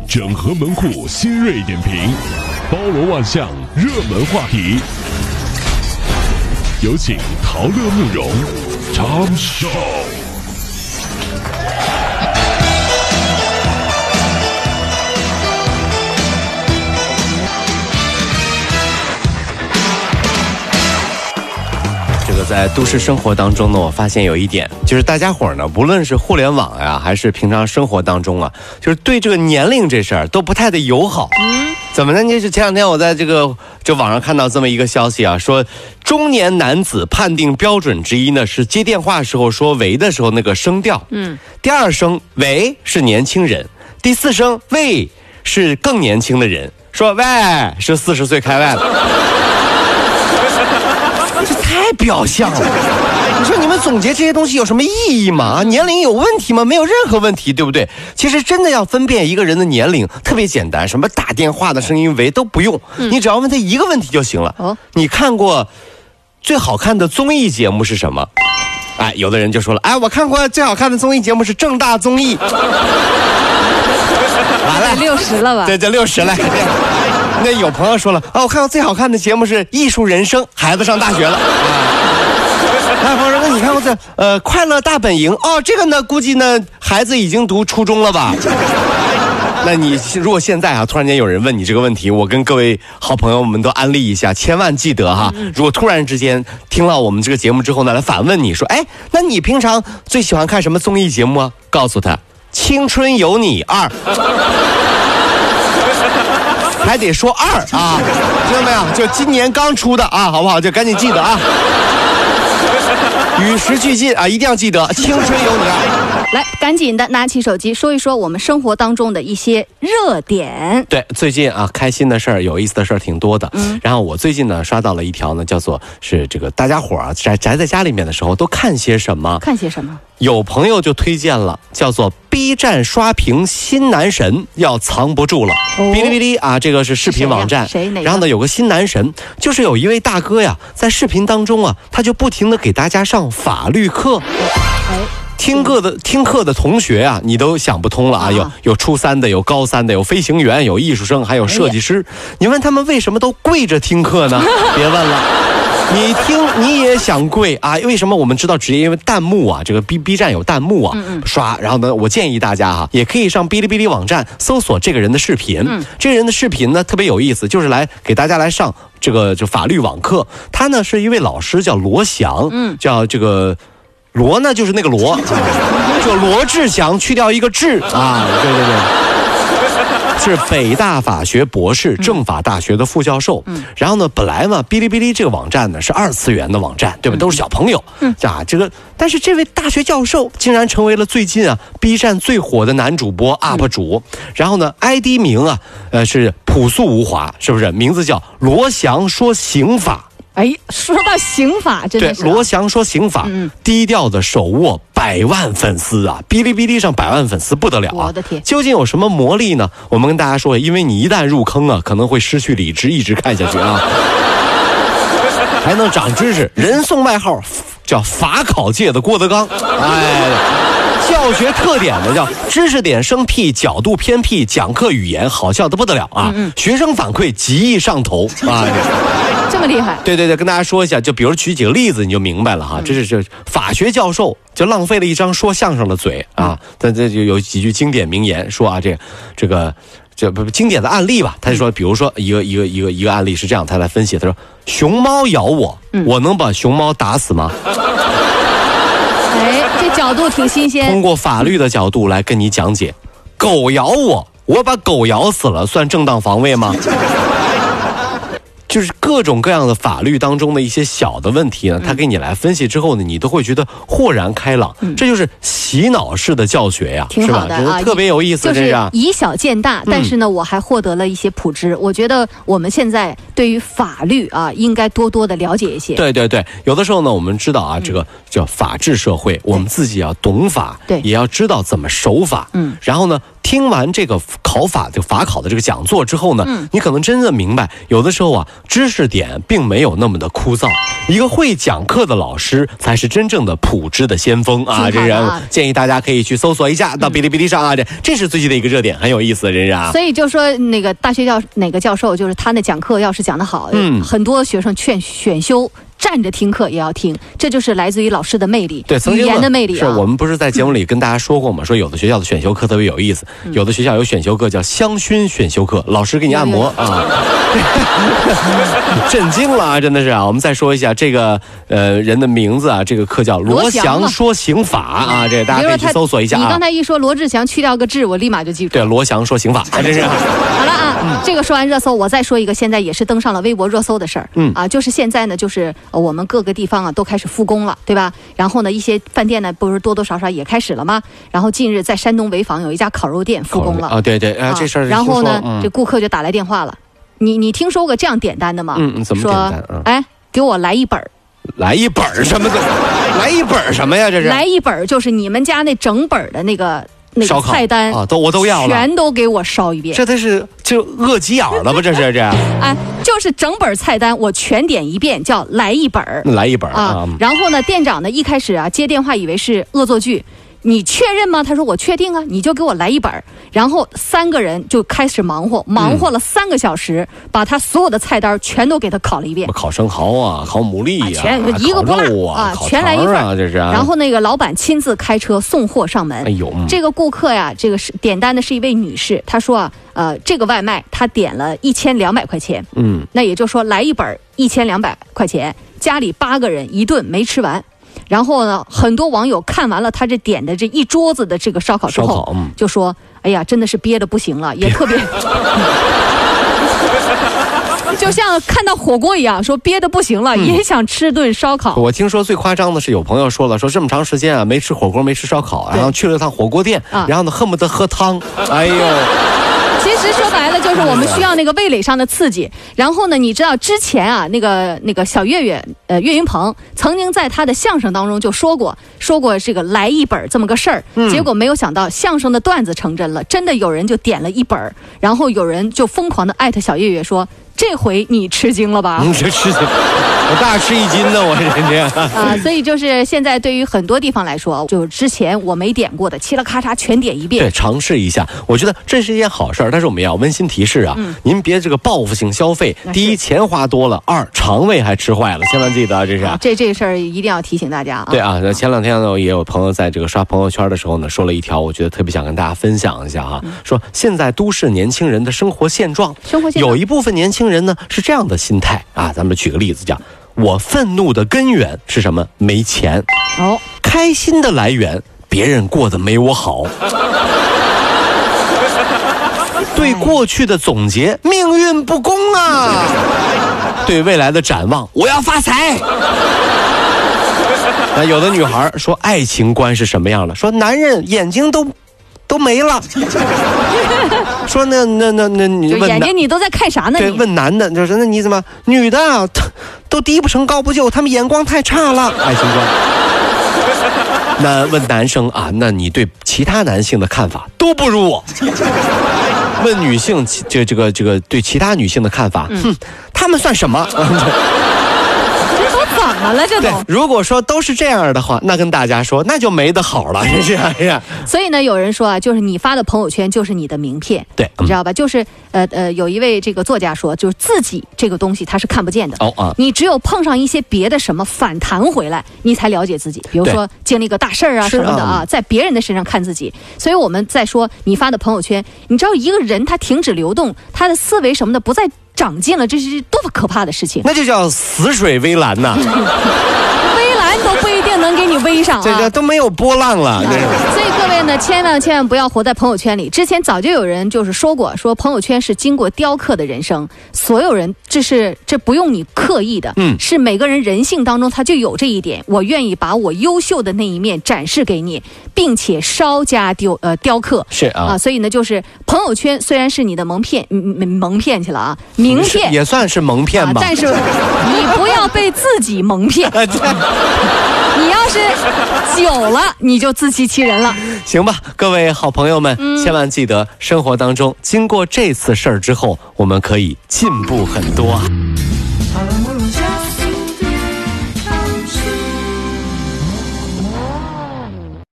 整合门户新锐点评，包罗万象，热门话题。有请陶乐慕容长寿。 在都市生活当中呢，我发现有一点，就是大家伙呢，不论是互联网呀，还是平常生活当中啊，就是对这个年龄这事儿都不太的友好。怎么呢？就是前两天我在这网上看到这么一个消息啊，说中年男子判定标准之一呢是接电话时候说喂的时候那个声调。第二声喂是年轻人，第四声喂是更年轻的人，说喂是40岁开外了。这太表象了！你说你们总结这些东西有什么意义吗？年龄有问题吗？没有任何问题，对不对？其实真的要分辨一个人的年龄特别简单，什么打电话的声音喂都不用，你只要问他一个问题就行了。你看过最好看的综艺节目是什么？哎，有的人就说了，哎，我看过最好看的综艺节目是正大综艺。完了 ，60了吧？ 对，这60了。那有朋友说了啊，我看到最好看的节目是《艺术人生》，孩子上大学了。还有朋友说，那你看过《快乐大本营》哦，这个呢，估计呢孩子已经读初中了吧？那你如果现在啊，突然间有人问你这个问题，我跟各位好朋友们都安利一下，千万记得哈，如果突然之间听了我们这个节目之后呢，来反问你说，哎，那你平常最喜欢看什么综艺节目啊？告诉他，《青春有你2》。还得说2啊，听到没有？就今年刚出的啊，好不好？就赶紧记得啊，与时俱进啊，一定要记得，青春有你2。 来，赶紧的拿起手机说一说我们生活当中的一些热点。 对，最近啊，开心的事儿、有意思的事儿挺多的。然后我最近呢刷到了一条呢，叫做是这个大家伙啊宅在家里面的时候都看些什么？ 看些什么？ 有朋友就推荐了，叫做 B 站刷屏新男神要藏不住了。哔哩哔哩啊，这个是视频网站。 谁？ 然后呢，有个新男神，就是有一位大哥呀，在视频当中啊，他就不停的给大家上法律课。听课的同学啊，你都想不通了啊！有初3的，有高3的，有飞行员，有艺术生，还有设计师。你问他们为什么都跪着听课呢？别问了。你听你也想跪啊？为什么我们知道职业？因为弹幕啊，这个 B 站有弹幕啊，刷。然后呢，我建议大家哈，也可以上哔哩哔哩网站搜索这个人的视频。这个人的视频呢特别有意思，就是来给大家来上这个法律网课。他呢是一位老师，叫罗翔，叫这个罗呢就是那个罗，就罗志祥去掉一个志啊，对。是北大法学博士，政法大学的副教授。然后呢，本来嘛，哔哩哔哩这个网站呢是2次元的网站，对吧？都是小朋友。但是这位大学教授竟然成为了最近啊 B 站最火的男主播 UP 主。然后呢 ，ID 名啊，是朴素无华，是不是？名字叫罗翔说刑法。 哎，说到刑法，真的是对罗翔说刑法，低调的手握100万粉丝啊！哔哩哔哩上100万粉丝不得了啊！ 我的天， 究竟有什么魔力呢？我们跟大家说，因为你一旦入坑啊，可能会失去理智，一直看下去啊，还能长知识。人送外号叫法考界的郭德纲，教学特点呢叫知识点生僻，角度偏僻，讲课语言好笑的不得了啊！学生反馈极易上头啊！ 这么厉害？ 对，跟大家说一下，就比如举几个例子，你就明白了哈。这是法学教授就浪费了一张说相声的嘴啊。但这就有几句经典名言说啊，这不经典的案例吧？他就说，比如说一个案例是这样，他来分析，他说熊猫咬我，我能把熊猫打死吗？ 哎，这角度挺新鲜。 通过法律的角度来跟你讲解，狗咬我，我把狗咬死了，算正当防卫吗？就是各种各样的法律当中的一些小的问题呢，他给你来分析之后呢，你都会觉得豁然开朗。这就是洗脑式的教学呀， 挺好的啊， 特别有意思， 就是以小见大。但是呢，我还获得了一些普知。我觉得我们现在对于法律啊，应该多多的了解一些。 对，有的时候呢，我们知道啊，这个叫法治社会，我们自己要懂法，也要知道怎么守法。然后呢，听完这个法考的这个讲座之后呢，你可能真的明白，有的时候啊，知识识点并没有那么的枯燥。一个会讲课的老师才是真正的普知的先锋啊！这是建议大家可以去搜索一下，到哔哩哔哩上啊，这是最近的一个热点，很有意思，真是啊。 所以就说那个大学哪个教授，就是他那讲课要是讲得好，很多学生选修。站着听课也要听，这就是来自于老师的魅力， 对， 语言的魅力是我们不是在节目里跟大家说过吗？说有的学校的选修课特别有意思，有的学校有选修课叫香薰选修课，老师给你按摩啊，震惊了啊，真的是啊！我们再说一下这个人的名字啊，这个课叫罗翔说刑法啊，这大家可以去搜索一下啊。 你刚才一说罗志祥去掉个志，我立马就记住。 对，罗翔说刑法，真是。 好了啊，这个说完热搜，我再说一个现在也是登上了微博热搜的事儿，就是现在呢，就是我们各个地方啊都开始复工了，对吧？然后呢，一些饭店呢不是多多少少也开始了吗？然后近日在山东潍坊有一家烤肉店复工了啊，对，这事儿。 然后呢，这顾客就打来电话了，你听说过这样点单的吗？ 怎么点单？ 哎，给我来一本。 来一本什么的？来一本什么呀？这是来一本，就是你们家那整本的那个菜单啊，我都要了， 全都给我烧一遍。 这是就饿急眼了吧？这是这。 哎，就是整本菜单我全点一遍，叫来一本。 来一本啊。 然后呢，店长呢一开始啊接电话以为是恶作剧。你确认吗？他说我确定啊，你就给我来一本。然后3个人就开始忙活了3个小时，把他所有的菜单全都给他烤了一遍。 烤生蚝啊，烤牡蛎啊， 全一个不落啊，全来一份啊，这是。 然后那个老板亲自开车送货上门。 哎呦， 这个顾客呀，这个是点单的是一位女士，她说啊，这个外卖她点了1200块钱，那也就是说来一本1200块钱，家里8个人一顿没吃完。然后呢，很多网友看完了他这点的这一桌子的这个烧烤之后，就说：“哎呀，真的是憋得不行了，也特别，就像看到火锅一样，说憋得不行了，也想吃顿烧烤。” 我听说最夸张的是有朋友说了，说这么长时间啊没吃火锅没吃烧烤，然后去了趟火锅店，然后呢恨不得喝汤，哎呦。 其实说白了就是我们需要那个味蕾上的刺激。然后呢，你知道之前啊，那个小岳岳云鹏曾经在他的相声当中就说过这个来一本这么个事儿。结果没有想到相声的段子成真了，真的有人就点了一本，然后有人就疯狂的艾特小岳岳说：“这回你吃惊了吧？” 这吃惊，我大吃一惊呢，我人家啊，所以就是现在对于很多地方来说，就之前我没点过的，嘁啦咔嚓全点一遍， 对，尝试一下，我觉得这是一件好事儿。但是我们要温馨提示啊，您别这个报复性消费。第一，钱花多了；二，肠胃还吃坏了，千万记得这是。 这事儿一定要提醒大家啊。 对啊，前2天呢，也有朋友在这个刷朋友圈的时候呢，说了一条，我觉得特别想跟大家分享一下啊，说现在都市年轻人的生活现状，有一部分年轻人呢是这样的心态啊，咱们举个例子讲。我愤怒的根源是什么？没钱。开心的来源，别人过得没我好。对过去的总结，命运不公啊。对未来的展望，我要发财。那有的女孩说爱情观是什么样的？说男人眼睛都没了。说那你问眼睛你都在看啥呢？ 对，问男的就是那你怎么女的啊，都低不成高不就，他们眼光太差了。爱情观。那问男生啊，那你对其他男性的看法都不如我。问女性这个对其他女性的看法，他们算什么？ 怎么了这都？ 如果说都是这样的话，那跟大家说，那就没得好了，是这样。 所以呢，有人说啊，就是你发的朋友圈就是你的名片， 对， 你知道吧？就是有一位这个作家说，就是自己这个东西他是看不见的。你只有碰上一些别的什么反弹回来，你才了解自己。比如说经历个大事儿啊什么的啊，在别人的身上看自己。所以我们在说你发的朋友圈，你知道一个人他停止流动，他的思维什么的不再长进了，这是多么可怕的事情！ 那就叫死水微澜呐。 微澜都不一定能给你微上啊， 这都没有波浪了。 所以各位呢，千万不要活在朋友圈里。之前早就有人就是说过，说朋友圈是经过雕刻的人生，所有人这不用你刻意的，是每个人人性当中他就有这一点。我愿意把我优秀的那一面展示给你，并且稍加雕刻。 是啊， 所以呢，就是朋友圈虽然是你的蒙骗去了啊，名片也算是蒙骗吧， 但是你不要被自己蒙骗。你要是久了，你就自欺欺人了。 行吧，各位好朋友们，千万记得，生活当中经过这次事儿之后，我们可以进步很多啊。